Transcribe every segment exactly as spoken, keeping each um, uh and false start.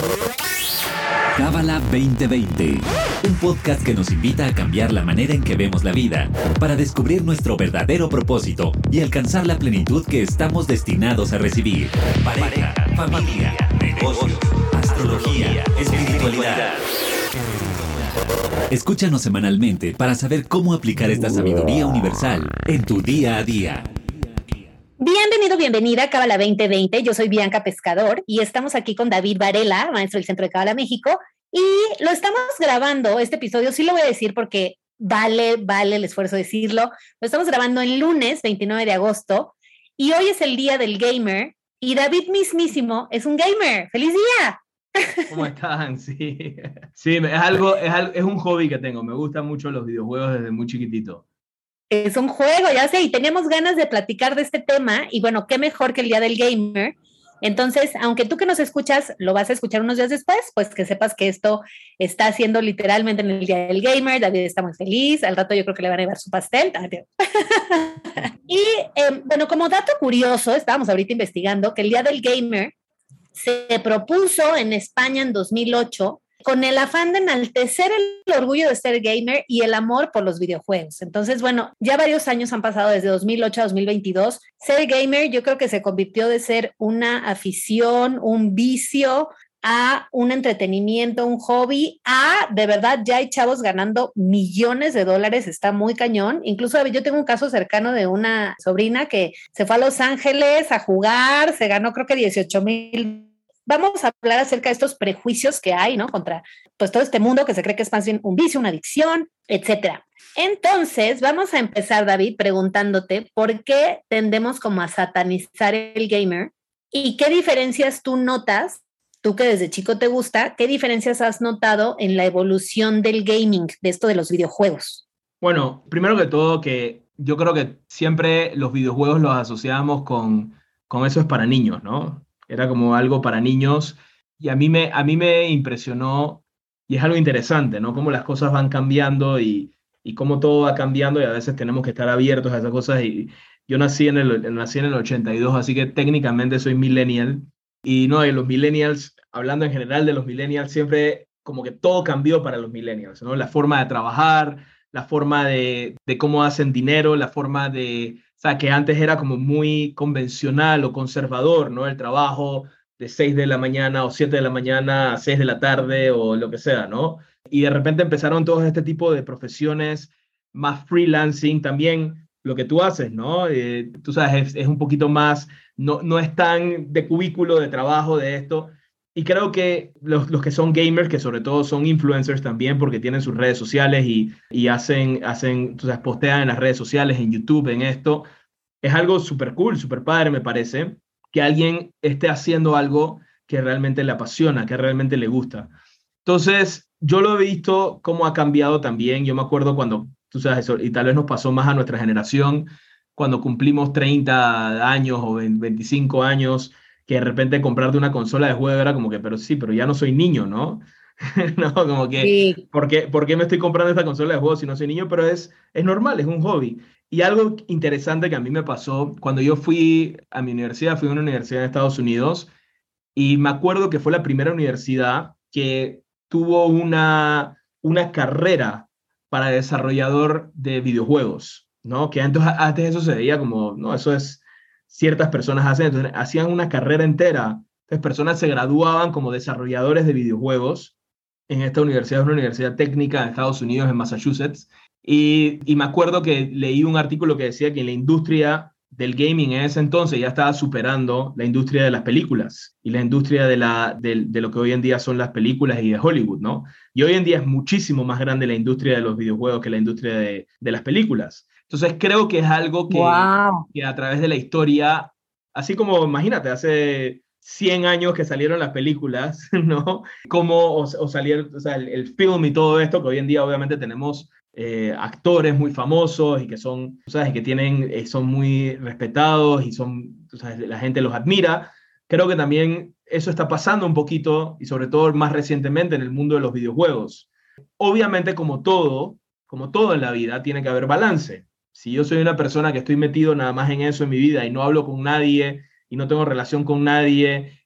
Cábala veinte veinte, un podcast que nos invita a cambiar la manera en que vemos la vida, para descubrir nuestro verdadero propósito y alcanzar la plenitud que estamos destinados a recibir. Pareja, familia, negocios, astrología, espiritualidad. Escúchanos semanalmente para saber cómo aplicar esta sabiduría universal en tu día a día. Bienvenido, bienvenida a Cábala veinte veinte. Yo soy Bianca Pescador y estamos aquí con David Varela, maestro del Centro de Cábala México, y lo estamos grabando, este episodio, sí lo voy a decir porque vale, vale el esfuerzo de decirlo. Lo estamos grabando el lunes veintinueve de agosto y hoy es el día del gamer y David mismísimo es un gamer. ¡Feliz día! ¿Cómo están? Sí, sí, es algo, es algo, es un hobby que tengo. Me gustan mucho los videojuegos desde muy chiquitito. Es un juego, ya sé, y teníamos ganas de platicar de este tema, y bueno, qué mejor que el Día del Gamer. Entonces, aunque tú que nos escuchas lo vas a escuchar unos días después, pues que sepas que esto está haciendo literalmente en el Día del Gamer. David está muy feliz, al rato yo creo que le van a llevar su pastel. Y eh, bueno, como dato curioso, estábamos ahorita investigando que el Día del Gamer se propuso en España en dos mil ocho con el afán de enaltecer el orgullo de ser gamer y el amor por los videojuegos. Entonces, bueno, ya varios años han pasado desde dos mil ocho a dos mil veintidós. Ser gamer yo creo que se convirtió de ser una afición, un vicio, a un entretenimiento, un hobby, a de verdad ya hay chavos ganando millones de dólares, está muy cañón. Incluso yo tengo un caso cercano de una sobrina que se fue a Los Ángeles a jugar, se ganó creo que dieciocho mil. Vamos a hablar acerca de estos prejuicios que hay, ¿no? Contra pues todo este mundo que se cree que es más bien un vicio, una adicción, etcétera. Entonces, vamos a empezar, David, preguntándote por qué tendemos como a satanizar el gamer y qué diferencias tú notas, tú que desde chico te gusta, qué diferencias has notado en la evolución del gaming, de esto de los videojuegos. Bueno, primero que todo, que yo creo que siempre los videojuegos los asociamos con, con eso es para niños, ¿no? Era como algo para niños y a mí me, a mí me impresionó y es algo interesante, ¿no? Cómo las cosas van cambiando y, y cómo todo va cambiando y a veces tenemos que estar abiertos a esas cosas. Y yo nací en el, nací en el ochenta y dos, así que técnicamente soy millennial. Y no, y los millennials, hablando en general de los millennials, siempre como que todo cambió para los millennials, ¿no? La forma de trabajar, la forma de, de cómo hacen dinero, la forma de... O sea, que antes era como muy convencional o conservador, ¿no? El trabajo de seis de la mañana o siete de la mañana a seis de la tarde o lo que sea, ¿no? Y de repente empezaron todos este tipo de profesiones más freelancing, también lo que tú haces, ¿no? Eh, tú sabes, es, es un poquito más, no, no es tan de cubículo, de trabajo, de esto. Y creo que los, los que son gamers, que sobre todo son influencers también porque tienen sus redes sociales y, y hacen, hacen, tú sabes, postean en las redes sociales, en YouTube, en esto, es algo súper cool, súper padre, me parece, que alguien esté haciendo algo que realmente le apasiona, que realmente le gusta. Entonces, yo lo he visto cómo ha cambiado también. Yo me acuerdo cuando, tú sabes, eso, y tal vez nos pasó más a nuestra generación, cuando cumplimos treinta años o veinticinco años, que de repente comprarte una consola de juego era como que, pero sí, pero ya no soy niño, ¿no? No, como que, Sí. ¿por qué, ¿por qué me estoy comprando esta consola de juego si no soy niño? Pero es, es normal, es un hobby. Y algo interesante que a mí me pasó, cuando yo fui a mi universidad, fui a una universidad en Estados Unidos, y me acuerdo que fue la primera universidad que tuvo una, una carrera para desarrollador de videojuegos, ¿no? Que antes, antes eso se veía como, no, eso es ciertas personas hacen, entonces hacían una carrera entera. Entonces personas se graduaban como desarrolladores de videojuegos en esta universidad, es una universidad técnica en Estados Unidos, en Massachusetts. Y, y me acuerdo que leí un artículo que decía que la industria del gaming en ese entonces ya estaba superando la industria de las películas y la industria de, la, de, de lo que hoy en día son las películas y de Hollywood, ¿no? Y hoy en día es muchísimo más grande la industria de los videojuegos que la industria de, de las películas. Entonces creo que es algo que, Wow. que a través de la historia, así como imagínate, hace cien años que salieron las películas, ¿no? Como, o, o salieron, o sea, el, el film y todo esto, que hoy en día obviamente tenemos eh, actores muy famosos y que son, ¿sabes? Que tienen, eh, son muy respetados y son, ¿sabes? La gente los admira. Creo que también eso está pasando un poquito y sobre todo más recientemente en el mundo de los videojuegos. Obviamente, como todo, como todo en la vida, tiene que haber balance. Si yo soy una persona que estoy metido nada más en eso en mi vida y no hablo con nadie y no tengo relación con nadie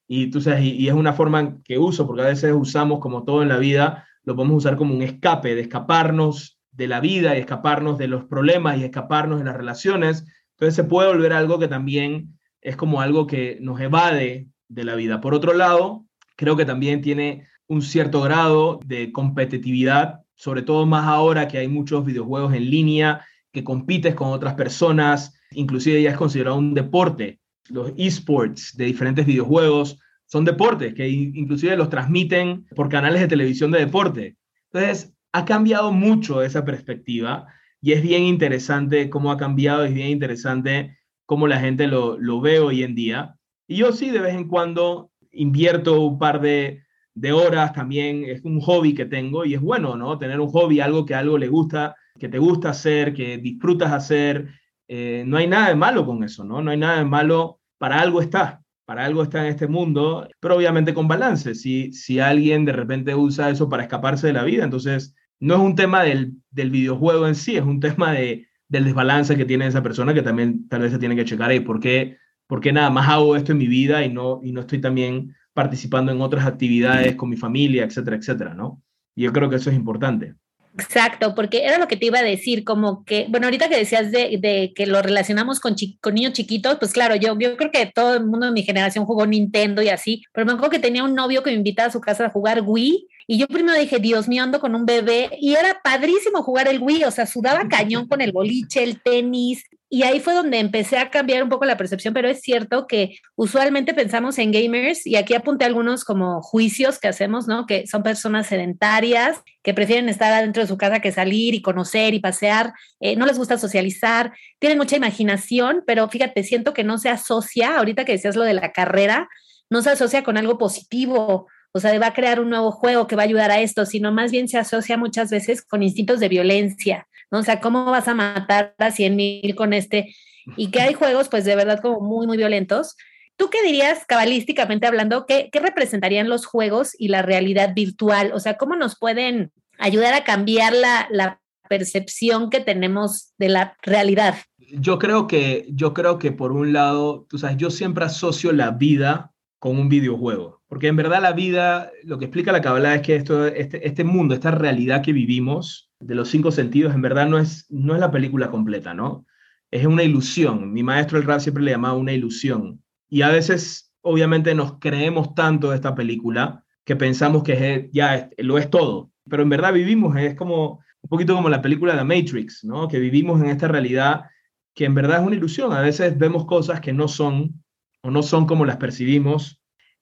y, tú sabes, y, y es una forma que uso, porque a veces usamos, como todo en la vida, lo podemos usar como un escape, de escaparnos de la vida y escaparnos de los problemas y escaparnos de las relaciones. Entonces se puede volver algo que también es como algo que nos evade de la vida. Por otro lado, creo que también tiene un cierto grado de competitividad, sobre todo más ahora que hay muchos videojuegos en línea, que compites con otras personas, inclusive ya es considerado un deporte. Los esports de diferentes videojuegos son deportes que inclusive los transmiten por canales de televisión de deporte. Entonces, ha cambiado mucho esa perspectiva y es bien interesante cómo ha cambiado, es bien interesante cómo la gente lo, lo ve hoy en día. Y yo sí, de vez en cuando invierto un par de, de horas también, es un hobby que tengo y es bueno, ¿no? Tener un hobby, algo que a algo le gusta, que te gusta hacer, que disfrutas hacer. Eh, no hay nada de malo con eso, ¿no? No hay nada de malo, para algo está, para algo está en este mundo, pero obviamente con balance. Si, si alguien de repente usa eso para escaparse de la vida, entonces no es un tema del, del videojuego en sí, es un tema de, del desbalance que tiene esa persona que también tal vez se tiene que checar ahí. ¿Por qué, por qué nada más hago esto en mi vida y no, y no estoy también participando en otras actividades con mi familia, etcétera, etcétera, ¿no? Y yo creo que eso es importante. Exacto, porque era lo que te iba a decir, como que, bueno, ahorita que decías de, de que lo relacionamos con, chi, con niños chiquitos, pues claro, yo, yo creo que todo el mundo de mi generación jugó Nintendo y así, pero me acuerdo que tenía un novio que me invitaba a su casa a jugar Wii, y yo primero dije, Dios mío, ando con un bebé, y era padrísimo jugar el Wii, o sea, sudaba cañón con el boliche, el tenis, y ahí fue donde empecé a cambiar un poco la percepción, pero es cierto que usualmente pensamos en gamers, y aquí apunté algunos como juicios que hacemos, ¿no? Que son personas sedentarias, que prefieren estar adentro de su casa que salir y conocer y pasear, eh, no les gusta socializar, tienen mucha imaginación, pero fíjate, siento que no se asocia, ahorita que decías lo de la carrera, no se asocia con algo positivo, o sea, va a crear un nuevo juego que va a ayudar a esto, sino más bien se asocia muchas veces con instintos de violencia, ¿no? O sea, ¿cómo vas a matar a cien mil con este? Y que hay juegos, pues, de verdad como muy, muy violentos. ¿Tú qué dirías, cabalísticamente hablando, qué, qué representarían los juegos y la realidad virtual? O sea, ¿cómo nos pueden ayudar a cambiar la, la percepción que tenemos de la realidad? Yo creo que, yo creo que por un lado, tú sabes, yo siempre asocio la vida con un videojuego, porque en verdad la vida, lo que explica la Kabbalah es que esto, este, este mundo, esta realidad que vivimos, de los cinco sentidos, en verdad no es, no es la película completa, ¿no? Es una ilusión. Mi maestro el rap siempre le llamaba una ilusión. Y a veces, obviamente, nos creemos tanto de esta película que pensamos que es, ya es, lo es todo. Pero en verdad vivimos, es como un poquito como la película de Matrix, ¿no? Que vivimos en esta realidad que en verdad es una ilusión. A veces vemos cosas que no son o no son como las percibimos.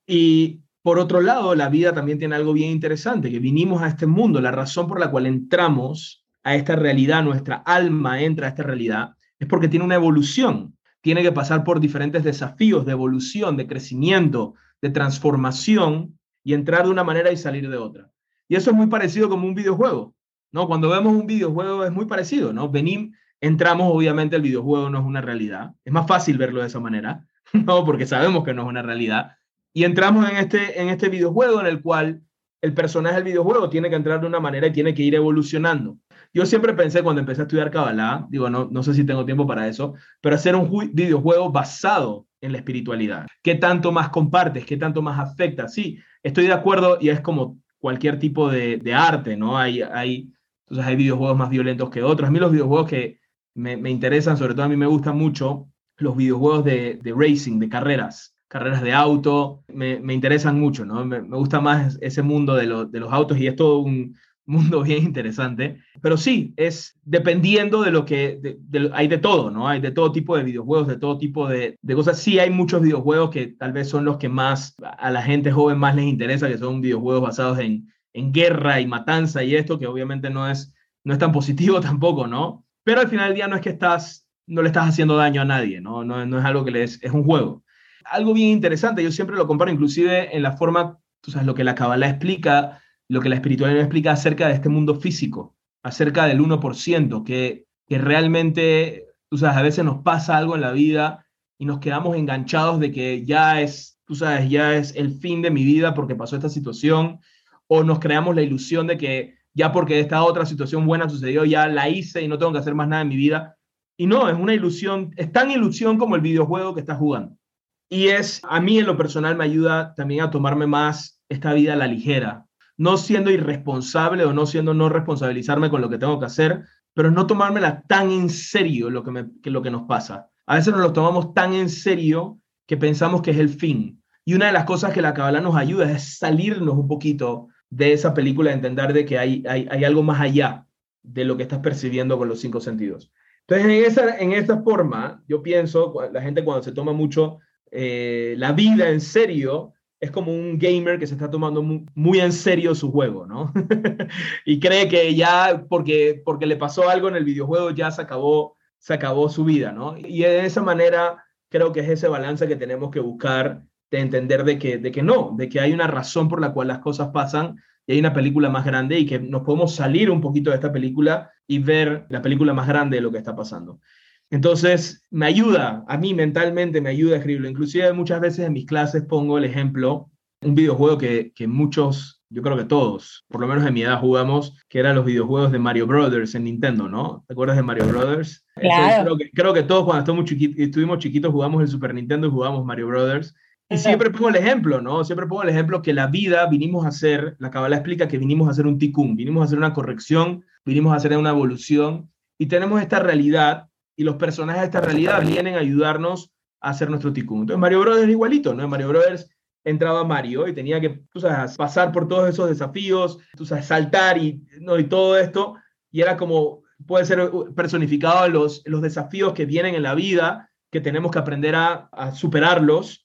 Y por otro lado, la vida también tiene algo bien interesante, que vinimos a este mundo, la razón por la cual entramos a esta realidad, nuestra alma entra a esta realidad, es porque tiene una evolución, tiene que pasar por diferentes desafíos de evolución, de crecimiento, de transformación y entrar de una manera y salir de otra. Y eso es muy parecido como un videojuego, ¿no? Cuando vemos un videojuego es muy parecido, ¿no? Venimos, entramos, obviamente el videojuego no es una realidad, es más fácil verlo de esa manera, ¿no? Porque sabemos que no es una realidad. Y entramos en este, en este videojuego en el cual el personaje del videojuego tiene que entrar de una manera y tiene que ir evolucionando. Yo siempre pensé cuando empecé a estudiar Kabbalah, digo, no, no sé si tengo tiempo para eso, pero hacer un videojuego basado en la espiritualidad. ¿Qué tanto más compartes? ¿Qué tanto más afecta? Sí, estoy de acuerdo y es como cualquier tipo de, de arte, ¿no? Hay, hay, entonces hay videojuegos más violentos que otros. A mí los videojuegos que me, me interesan, sobre todo a mí me gustan mucho los videojuegos de, de racing, de carreras. Carreras de auto, me, me interesan mucho, ¿no? Me, me gusta más ese mundo de, lo, de los autos y es todo un mundo bien interesante. Pero sí, es dependiendo de lo que... De, de, hay de todo, ¿no? Hay de todo tipo de videojuegos, de todo tipo de, de cosas. Sí, hay muchos videojuegos que tal vez son los que más a la gente joven más les interesa, que son videojuegos basados en, en guerra y matanza y esto, que obviamente no es, no es tan positivo tampoco, ¿no? Pero al final del día no es que estás, no le estás haciendo daño a nadie, ¿no? No, no es algo que les... Es un juego. Algo bien interesante, yo siempre lo comparo inclusive en la forma, tú sabes, lo que la Kabbalah explica, lo que la espiritualidad explica acerca de este mundo físico, acerca del uno por ciento, que, que realmente, tú sabes, a veces nos pasa algo en la vida y nos quedamos enganchados de que ya es, tú sabes, ya es el fin de mi vida porque pasó esta situación, o nos creamos la ilusión de que ya porque esta otra situación buena sucedió, ya la hice y no tengo que hacer más nada en mi vida. Y no, es una ilusión, es tan ilusión como el videojuego que estás jugando. Y es, a mí en lo personal me ayuda también a tomarme más esta vida a la ligera, no siendo irresponsable o no siendo no responsabilizarme con lo que tengo que hacer, pero no tomármela tan en serio lo que, me, que lo que nos pasa. A veces nos lo tomamos tan en serio que pensamos que es el fin. Y una de las cosas que la Kabbalah nos ayuda es salirnos un poquito de esa película, de entender de que hay, hay, hay algo más allá de lo que estás percibiendo con los cinco sentidos. Entonces, en esa, en esa forma, yo pienso, la gente cuando se toma mucho eh, la vida en serio, es como un gamer que se está tomando muy, muy en serio su juego, ¿no? Y cree que ya porque, porque le pasó algo en el videojuego ya se acabó, se acabó su vida, ¿no? Y de esa manera creo que es ese balance que tenemos que buscar de entender de que, de que no, de que hay una razón por la cual las cosas pasan y hay una película más grande y que nos podemos salir un poquito de esta película y ver la película más grande de lo que está pasando. Entonces, me ayuda, a mí mentalmente me ayuda a escribirlo. Inclusive muchas veces en mis clases pongo el ejemplo, un videojuego que, que muchos, yo creo que todos, por lo menos en mi edad jugamos, que eran los videojuegos de Mario Brothers en Nintendo, ¿no? ¿Te acuerdas de Mario Brothers? Claro. Ese, creo, que, creo que todos cuando estuvimos chiquitos, estuvimos chiquitos jugamos el Super Nintendo y jugamos Mario Brothers. Y siempre pongo el ejemplo, ¿no? Siempre pongo el ejemplo que la vida vinimos a hacer, la Kabbalah explica que vinimos a hacer un tikkun, vinimos a hacer una corrección, vinimos a hacer una evolución y tenemos esta realidad y los personajes de esta realidad vienen a ayudarnos a hacer nuestro tikkun. Entonces Mario Brothers igualito, ¿no? En Mario Brothers entraba Mario y tenía que, tú sabes, pasar por todos esos desafíos, tú sabes, saltar y, ¿no? y todo esto, y era como, puede ser personificado los, los desafíos que vienen en la vida, que tenemos que aprender a, a superarlos.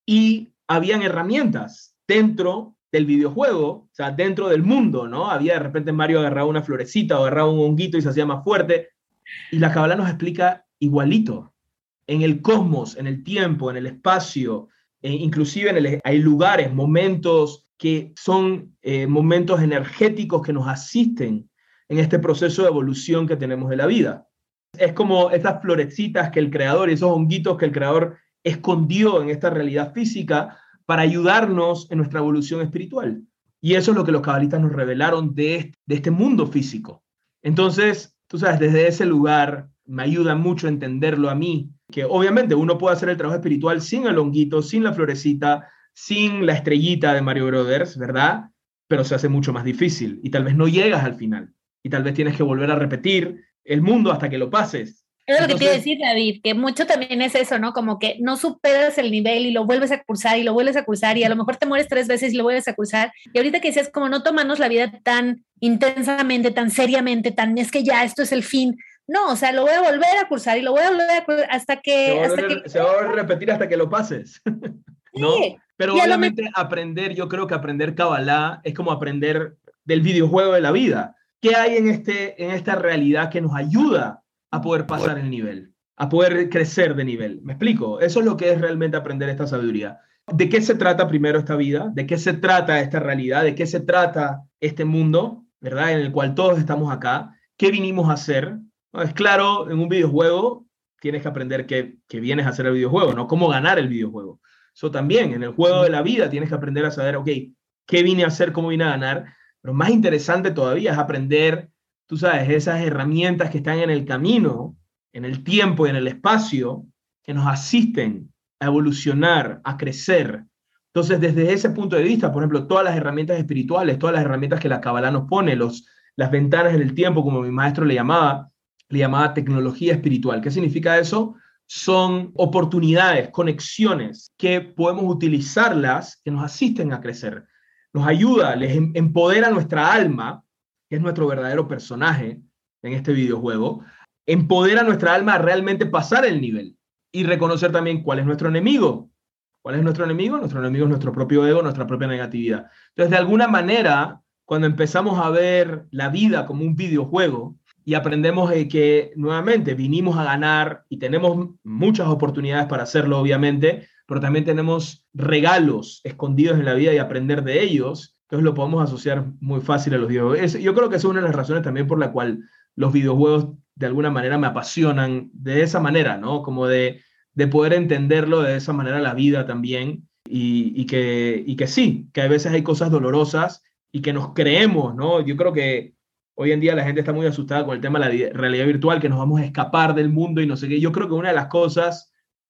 Y habían herramientas dentro del videojuego, o sea, dentro del mundo, ¿no? Había de repente Mario agarraba una florecita o agarraba un honguito y se hacía más fuerte. Y la Kabbalah nos explica igualito. En el cosmos, en el tiempo, en el espacio, e inclusive en el, hay lugares, momentos que son eh, momentos energéticos que nos asisten en este proceso de evolución que tenemos de la vida. Es como esas florecitas que el creador, esos honguitos que el creador escondió en esta realidad física para ayudarnos en nuestra evolución espiritual. Y eso es lo que los cabalistas nos revelaron de este, de este mundo físico. Entonces, tú sabes, desde ese lugar me ayuda mucho a entenderlo a mí, que obviamente uno puede hacer el trabajo espiritual sin el honguito, sin la florecita, sin la estrellita de Mario Brothers, ¿verdad? Pero se hace mucho más difícil y tal vez no llegas al final y tal vez tienes que volver a repetir el mundo hasta que lo pases. Es lo que te iba a decir, David, que mucho también es eso, ¿no? Como que no superas el nivel y lo vuelves a cursar y lo vuelves a cursar y a lo mejor te mueres tres veces y lo vuelves a cursar. Y ahorita que decías, como no tomarnos la vida tan intensamente, tan seriamente, tan es que ya esto es el fin. No, o sea, lo voy a volver a cursar y lo voy a volver a cursar hasta que... Se va a, hasta volver, que... se va a repetir hasta que lo pases, ¿no? Sí. Pero y obviamente me... aprender, yo creo que aprender Kabbalah es como aprender del videojuego de la vida. ¿Qué hay en, este, en esta realidad que nos ayuda a poder pasar el nivel? A poder crecer de nivel. ¿Me explico? Eso es lo que es realmente aprender esta sabiduría. ¿De qué se trata primero esta vida? ¿De qué se trata esta realidad? ¿De qué se trata este mundo, verdad? En el cual todos estamos acá. ¿Qué vinimos a hacer? No, es claro, en un videojuego tienes que aprender qué, qué vienes a hacer el videojuego, ¿no? Cómo ganar el videojuego. Eso también, en el juego de la vida tienes que aprender a saber, ok, ¿qué vine a hacer? ¿Cómo vine a ganar? Pero más interesante todavía es aprender, tú sabes, esas herramientas que están en el camino, en el tiempo y en el espacio, que nos asisten a evolucionar, a crecer. Entonces, desde ese punto de vista, por ejemplo, todas las herramientas espirituales, todas las herramientas que la Kabbalah nos pone, los, las ventanas en el tiempo, como mi maestro le llamaba, le llamaba tecnología espiritual. ¿Qué significa eso? Son oportunidades, conexiones que podemos utilizarlas, que nos asisten a crecer. Nos ayuda, les empodera nuestra alma, que es nuestro verdadero personaje en este videojuego, empodera nuestra alma a realmente pasar el nivel y reconocer también cuál es nuestro enemigo. ¿Cuál es nuestro enemigo? Nuestro enemigo es nuestro propio ego, nuestra propia negatividad. Entonces, de alguna manera, cuando empezamos a ver la vida como un videojuego y aprendemos de que nuevamente vinimos a ganar y tenemos muchas oportunidades para hacerlo, obviamente, pero también tenemos regalos escondidos en la vida y aprender de ellos, entonces lo podemos asociar muy fácil a los videojuegos. Yo creo que esa es una de las razones también por la cual los videojuegos de alguna manera me apasionan de esa manera, ¿no? Como de, de poder entenderlo de esa manera la vida también y, y, que, y que sí, que a veces hay cosas dolorosas y que nos creemos, ¿no? Yo creo que hoy en día la gente está muy asustada con el tema de la realidad virtual, que nos vamos a escapar del mundo y no sé qué. Yo creo que una de las cosas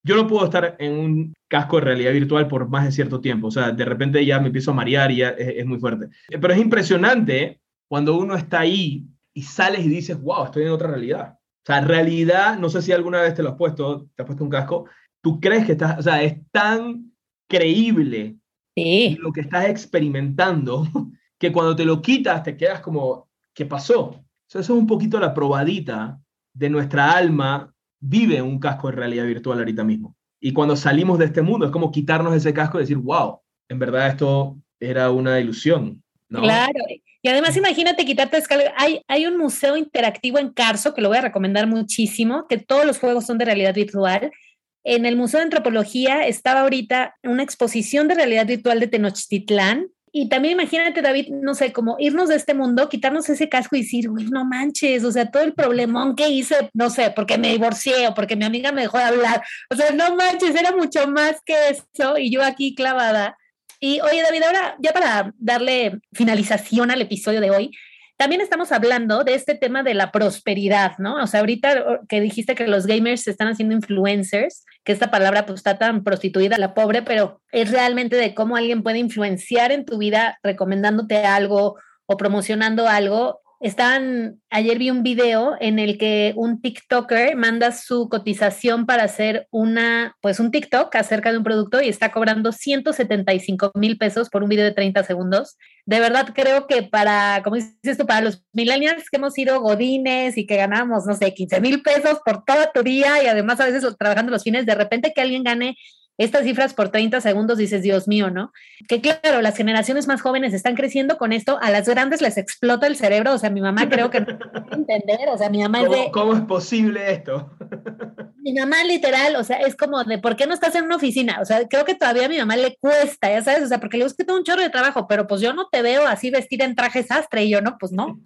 yo no puedo estar en un casco de realidad virtual por más de cierto tiempo. O sea, de repente ya me empiezo a marear y ya es, es muy fuerte. Pero es impresionante cuando uno está ahí y sales y dices, wow, estoy en otra realidad. O sea, en realidad, no sé si alguna vez te lo has puesto, te has puesto un casco, tú crees que estás, o sea, es tan creíble Sí. lo que estás experimentando que cuando te lo quitas te quedas como, ¿qué pasó? O sea, eso es un poquito la probadita de nuestra alma vive en un casco de realidad virtual ahorita mismo. Y cuando salimos de este mundo es como quitarnos ese casco y decir, wow, en verdad esto era una ilusión, ¿no? Claro. Y además imagínate quitarte escala. Hay, hay un museo interactivo en Carso que lo voy a recomendar muchísimo, que todos los juegos son de realidad virtual. En el Museo de Antropología estaba ahorita una exposición de realidad virtual de Tenochtitlán. Y también imagínate, David, no sé, como irnos de este mundo, quitarnos ese casco y decir, güey, no manches, o sea, todo el problemón que hice, no sé, porque me divorcié o porque mi amiga me dejó de hablar, o sea, no manches, era mucho más que eso y yo aquí clavada. Y oye, David, ahora ya para darle finalización al episodio de hoy, también estamos hablando de este tema de la prosperidad, ¿no? O sea, ahorita que dijiste que los gamers se están haciendo influencers, que esta palabra pues está tan prostituida, la pobre, pero es realmente de cómo alguien puede influenciar en tu vida recomendándote algo o promocionando algo. Están, ayer vi un video en el que un TikToker manda su cotización para hacer una, pues un TikTok acerca de un producto y está cobrando ciento setenta y cinco mil pesos por un video de treinta segundos. De verdad creo que para, como dices tú, para los millennials que hemos sido godines y que ganamos, no sé, quince mil pesos por todo tu día y además a veces trabajando los fines, de repente que alguien gane estas cifras por treinta segundos, dices, Dios mío, ¿no? Que claro, las generaciones más jóvenes están creciendo con esto, a las grandes les explota el cerebro, o sea, mi mamá creo que no puede entender, o sea, mi mamá es ¿Cómo, de... ¿Cómo es posible esto? Mi mamá literal, o sea, es como de, ¿por qué no estás en una oficina? O sea, creo que todavía a mi mamá le cuesta, ya sabes, o sea, porque le gusta que tengo un chorro de trabajo, pero pues yo no te veo así vestida en traje sastre y yo no, pues no.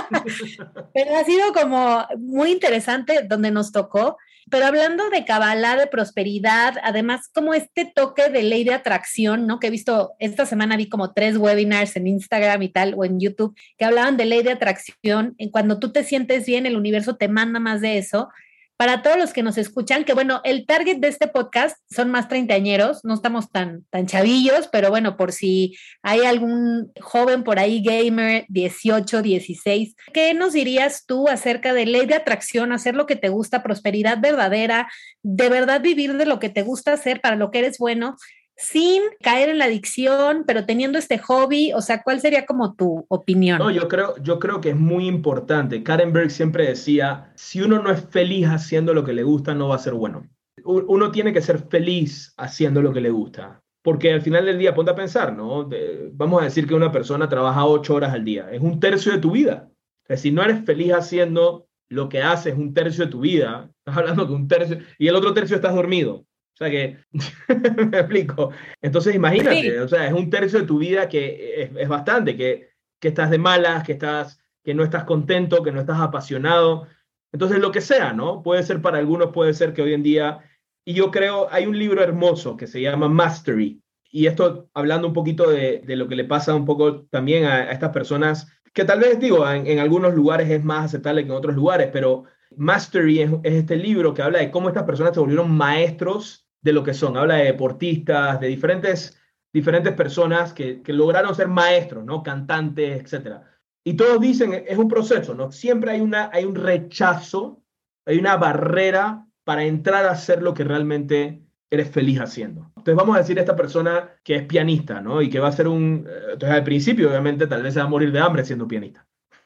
Pero ha sido como muy interesante donde nos tocó. Pero hablando de Kabbalah, de prosperidad, además como este toque de ley de atracción, ¿no? Que he visto, esta semana vi como tres webinars en Instagram y tal, o en YouTube, que hablaban de ley de atracción. En cuando tú te sientes bien, el universo te manda más de eso. Para todos los que nos escuchan, que bueno, el target de este podcast son más treintañeros, no estamos tan, tan chavillos, pero bueno, por si hay algún joven por ahí, gamer, dieciocho, dieciséis, ¿qué nos dirías tú acerca de ley de atracción, hacer lo que te gusta, prosperidad verdadera, de verdad vivir de lo que te gusta hacer, para lo que eres bueno, sin caer en la adicción, pero teniendo este hobby? O sea, ¿cuál sería como tu opinión? No, yo creo, yo creo que es muy importante. Karen Berg siempre decía, si uno no es feliz haciendo lo que le gusta, no va a ser bueno. Uno tiene que ser feliz haciendo lo que le gusta. Porque al final del día, ponte a pensar, ¿no? De, vamos a decir que una persona trabaja ocho horas al día. Es un tercio de tu vida. O sea, si no eres feliz haciendo lo que haces un tercio de tu vida, estás hablando que un tercio, y el otro tercio estás dormido. O sea que, me explico. Entonces imagínate, Sí. o sea, es un tercio de tu vida que es, es bastante, que, que estás de malas, que, estás, que no estás contento, que no estás apasionado. Entonces lo que sea, ¿no? Puede ser para algunos, puede ser que hoy en día, y yo creo, hay un libro hermoso que se llama Mastery, y esto hablando un poquito de, de lo que le pasa un poco también a, a estas personas, que tal vez digo, en, en algunos lugares es más aceptable que en otros lugares, pero Mastery es, es este libro que habla de cómo estas personas se volvieron maestros de lo que son. Habla de deportistas, de diferentes, diferentes personas que, que lograron ser maestros, ¿no? Cantantes, etcétera. Y todos dicen, es un proceso, ¿no? Siempre hay, una, hay un rechazo, hay una barrera para entrar a hacer lo que realmente eres feliz haciendo. Entonces vamos a decir a esta persona que es pianista, ¿no? Y que va a ser un... Entonces al principio, obviamente, tal vez se va a morir de hambre siendo pianista.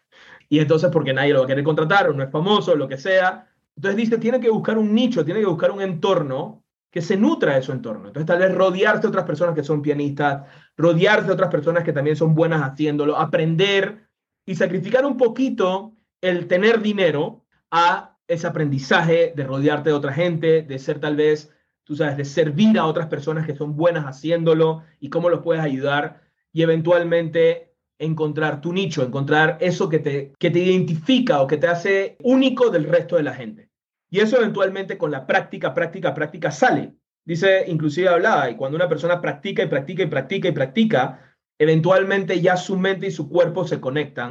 Y entonces porque nadie lo va a querer contratar, o no es famoso, lo que sea. Entonces dice, tiene que buscar un nicho, tiene que buscar un entorno que se nutra de su entorno. Entonces tal vez rodearse de otras personas que son pianistas, rodearse de otras personas que también son buenas haciéndolo, aprender y sacrificar un poquito el tener dinero a ese aprendizaje de rodearte de otra gente, de ser tal vez, tú sabes, de servir a otras personas que son buenas haciéndolo y cómo los puedes ayudar y eventualmente encontrar tu nicho, encontrar eso que te, que te identifica o que te hace único del resto de la gente. Y eso eventualmente con la práctica, práctica, práctica sale. Dice, inclusive hablaba, y cuando una persona practica y practica y practica y practica, eventualmente ya su mente y su cuerpo se conectan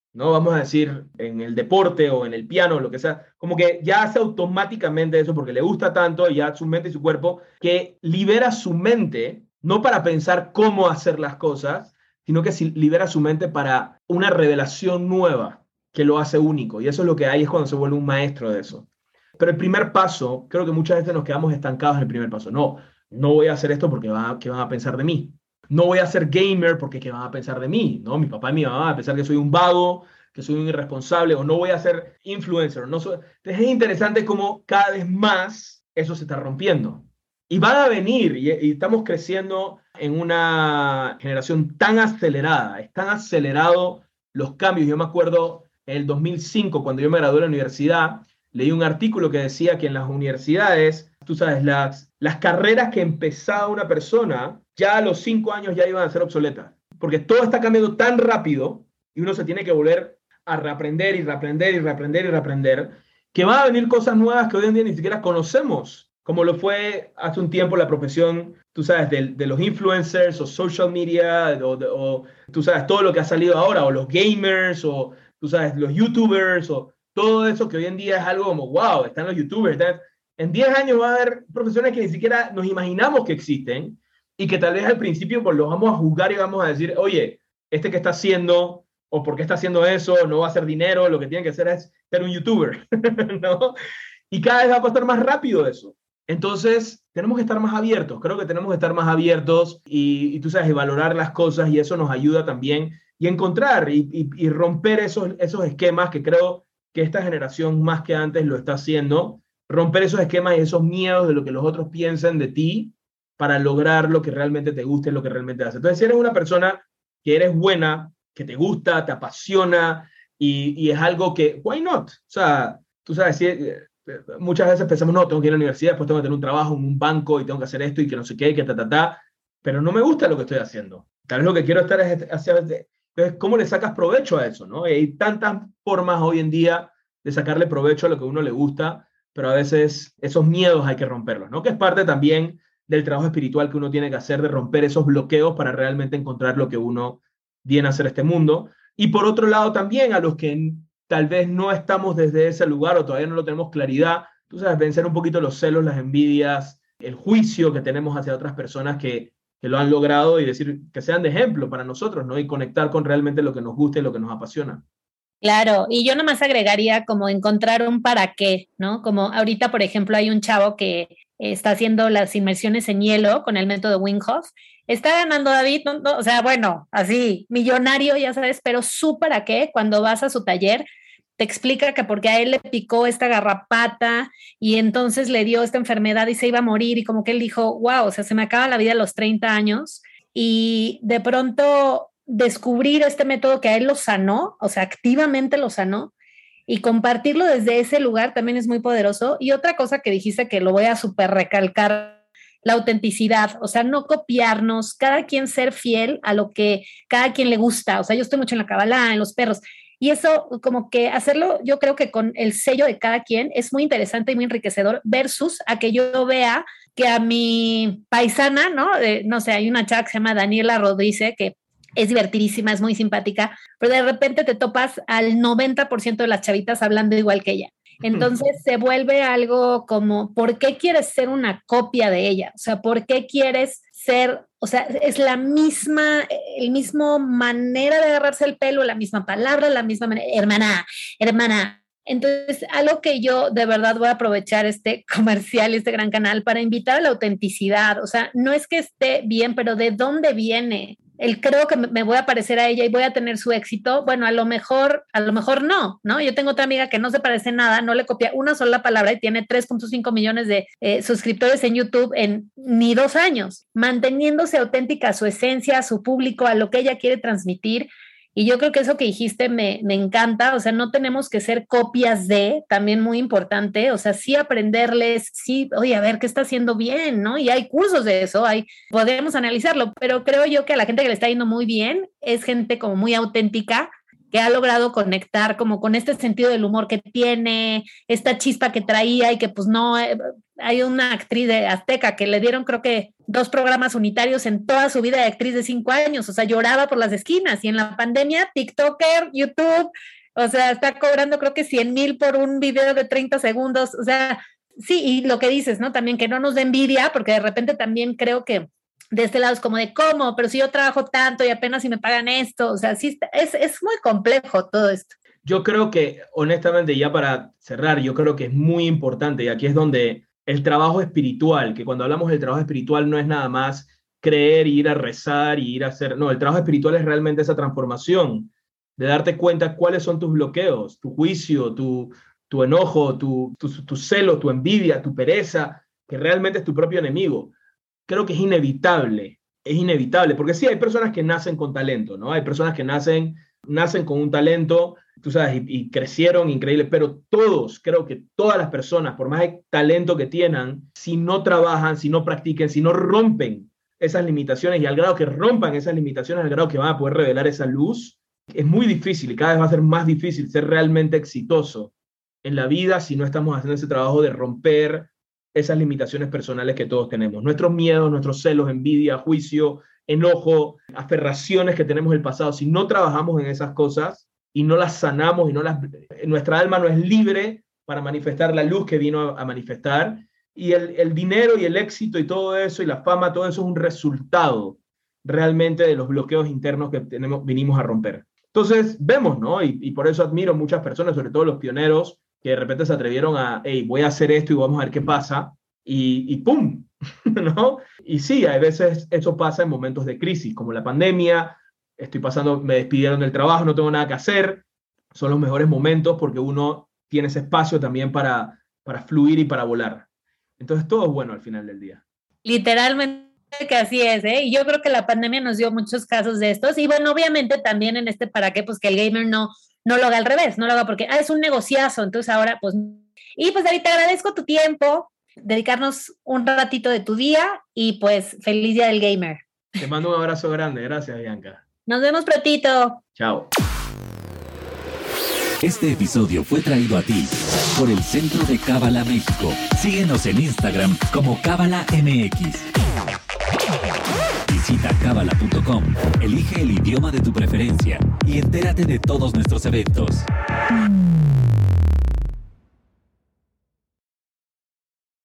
¿no? Vamos a decir, en el deporte o en el piano, lo que sea, como que ya hace automáticamente eso porque le gusta tanto, ya su mente y su cuerpo, que libera su mente, no para pensar cómo hacer las cosas, sino que libera su mente para una revelación nueva que lo hace único. Y eso es lo que hay, es cuando se vuelve un maestro de eso. Pero el primer paso, creo que muchas veces nos quedamos estancados en el primer paso. No, no voy a hacer esto porque van a, ¿qué van a pensar de mí? No voy a ser gamer porque ¿qué van a pensar de mí? ¿No? Mi papá y mi mamá van a pensar que soy un vago, que soy un irresponsable, o no voy a ser influencer. No soy... Entonces es interesante cómo cada vez más eso se está rompiendo. Y van a venir, y, y estamos creciendo en una generación tan acelerada, es tan acelerado los cambios. Yo me acuerdo en el dos mil cinco, cuando yo me gradué de la universidad, leí un artículo que decía que en las universidades, tú sabes, las, las carreras que empezaba una persona, ya a los cinco años ya iban a ser obsoletas. Porque todo está cambiando tan rápido y uno se tiene que volver a reaprender y reaprender y reaprender y reaprender, que van a venir cosas nuevas que hoy en día ni siquiera conocemos, como lo fue hace un tiempo la profesión, tú sabes, de, de los influencers o social media, o, o tú sabes, todo lo que ha salido ahora, o los gamers, o tú sabes, los youtubers, o todo eso que hoy en día es algo como, wow, están los youtubers. ¿Están? En diez años va a haber profesiones que ni siquiera nos imaginamos que existen y que tal vez al principio pues, los vamos a juzgar y vamos a decir, oye, este que está haciendo, o por qué está haciendo eso, no va a hacer dinero, lo que tiene que hacer es ser un youtuber, ¿no? Y cada vez va a pasar más rápido eso. Entonces, tenemos que estar más abiertos, creo que tenemos que estar más abiertos y, y tú sabes, y valorar las cosas y eso nos ayuda también y encontrar y, y, y romper esos, esos esquemas que creo que esta generación más que antes lo está haciendo, romper esos esquemas y esos miedos de lo que los otros piensan de ti para lograr lo que realmente te guste, lo que realmente haces. Entonces, si eres una persona que eres buena, que te gusta, te apasiona y, y es algo que, why not? O sea, tú sabes, si, muchas veces pensamos, no, tengo que ir a la universidad, después tengo que tener un trabajo en un banco y tengo que hacer esto y que no sé qué, que ta, ta, ta, pero no me gusta lo que estoy haciendo. Tal vez lo que quiero estar es hacia... Entonces, ¿cómo le sacas provecho a eso? ¿No? Y hay tantas formas hoy en día de sacarle provecho a lo que a uno le gusta, pero a veces esos miedos hay que romperlos, ¿no? Que es parte también del trabajo espiritual que uno tiene que hacer, de romper esos bloqueos para realmente encontrar lo que uno viene a hacer este mundo. Y por otro lado también a los que tal vez no estamos desde ese lugar o todavía no lo tenemos claridad, tú sabes, vencer un poquito los celos, las envidias, el juicio que tenemos hacia otras personas que que lo han logrado y decir que sean de ejemplo para nosotros, ¿no? Y conectar con realmente lo que nos gusta y lo que nos apasiona. Claro, y yo nomás agregaría como encontrar un para qué, ¿no? Como ahorita, por ejemplo, hay un chavo que está haciendo las inmersiones en hielo con el método Wim Hof. Está ganando David, no, no, o sea, bueno, así, millonario, ya sabes, pero su para qué, cuando vas a su taller, te explica que porque a él le picó esta garrapata y entonces le dio esta enfermedad y se iba a morir y como que él dijo, wow, o sea, se me acaba la vida a los treinta años y de pronto descubrir este método que a él lo sanó, o sea, activamente lo sanó y compartirlo desde ese lugar también es muy poderoso. Y otra cosa que dijiste que lo voy a súper recalcar, la autenticidad, o sea, no copiarnos, cada quien ser fiel a lo que cada quien le gusta, o sea, yo estoy mucho en la Kabbalah, en los perros, y eso como que hacerlo, yo creo que con el sello de cada quien es muy interesante y muy enriquecedor versus a que yo vea que a mi paisana, ¿no? De, no sé, hay una chava que se llama Daniela Rodríguez que es divertidísima, es muy simpática, pero de repente te topas al noventa por ciento de las chavitas hablando igual que ella. Entonces se vuelve algo como, ¿por qué quieres ser una copia de ella? O sea, ¿por qué quieres ser, o sea, es la misma, el mismo manera de agarrarse el pelo, la misma palabra, la misma manera, hermana, hermana. Entonces, algo que yo de verdad voy a aprovechar este comercial, este gran canal, para invitar a la autenticidad. O sea, no es que esté bien, pero ¿de dónde viene? El creo que me voy a parecer a ella y voy a tener su éxito. Bueno, a lo mejor, a lo mejor no, ¿no? Yo tengo otra amiga que no se parece nada, no le copia una sola palabra y tiene tres punto cinco millones de eh, suscriptores en YouTube en ni dos años, manteniéndose auténtica a su esencia, a su público, a lo que ella quiere transmitir. Y yo creo que eso que dijiste me, me encanta, o sea, no tenemos que ser copias de, también muy importante, o sea, sí aprenderles, sí, oye, a ver qué está haciendo bien, ¿no? Y hay cursos de eso, hay, podemos analizarlo, pero creo yo que a la gente que le está yendo muy bien es gente como muy auténtica que ha logrado conectar como con este sentido del humor que tiene, esta chispa que traía y que pues no, hay una actriz de Azteca que le dieron creo que dos programas unitarios en toda su vida de actriz de cinco años, o sea, lloraba por las esquinas y en la pandemia, TikToker, YouTube, o sea, está cobrando creo que cien mil por un video de treinta segundos, o sea, sí, y lo que dices, ¿no? También que no nos dé envidia, porque de repente también creo que de este lado es como de cómo, pero si yo trabajo tanto y apenas si me pagan esto, o sea, sí, es, es muy complejo todo esto. Yo creo que, honestamente, ya para cerrar, yo creo que es muy importante, y aquí es donde el trabajo espiritual, que cuando hablamos del trabajo espiritual no es nada más creer y ir a rezar y ir a hacer, no, el trabajo espiritual es realmente esa transformación, de darte cuenta cuáles son tus bloqueos, tu juicio, tu, tu enojo, tu, tu, tu celo, tu envidia, tu pereza, que realmente es tu propio enemigo. Creo que es inevitable, es inevitable, porque sí, hay personas que nacen con talento, ¿no? Hay personas que nacen, nacen con un talento, tú sabes, y, y crecieron increíble, pero todos, creo que todas las personas, por más talento que tengan, si no trabajan, si no practiquen, si no rompen esas limitaciones, y al grado que rompan esas limitaciones, al grado que van a poder revelar esa luz, es muy difícil y cada vez va a ser más difícil ser realmente exitoso en la vida si no estamos haciendo ese trabajo de romper esas limitaciones personales que todos tenemos. Nuestros miedos, nuestros celos, envidia, juicio, enojo, aferraciones que tenemos del pasado. Si no trabajamos en esas cosas y no las sanamos y no las... Nuestra alma no es libre para manifestar la luz que vino a, a manifestar. Y el, el dinero y el éxito y todo eso y la fama, todo eso es un resultado realmente de los bloqueos internos que tenemos, vinimos a romper. Entonces, vemos, ¿no? Y, y por eso admiro muchas personas, sobre todo los pioneros, que de repente se atrevieron a, hey, voy a hacer esto y vamos a ver qué pasa, y, y ¡pum! ¿No? Y sí, a veces eso pasa en momentos de crisis, como la pandemia, estoy pasando, me despidieron del trabajo, no tengo nada que hacer, son los mejores momentos porque uno tiene ese espacio también para, para fluir y para volar. Entonces todo es bueno al final del día. Literalmente que así es, ¿eh? Y yo creo que la pandemia nos dio muchos casos de estos, y bueno, obviamente también en este para qué, pues que el gamer no no lo haga al revés, no lo haga porque ah, es un negociazo, entonces ahora pues... Y pues David, te agradezco tu tiempo, dedicarnos un ratito de tu día y pues feliz día del gamer. Te mando un abrazo grande, gracias Bianca. Nos vemos prontito. Chao. Este episodio fue traído a ti por el Centro de Cábala México. Síguenos en Instagram como Cábala M X. Visita cábala punto com, elige el idioma de tu preferencia y entérate de todos nuestros eventos.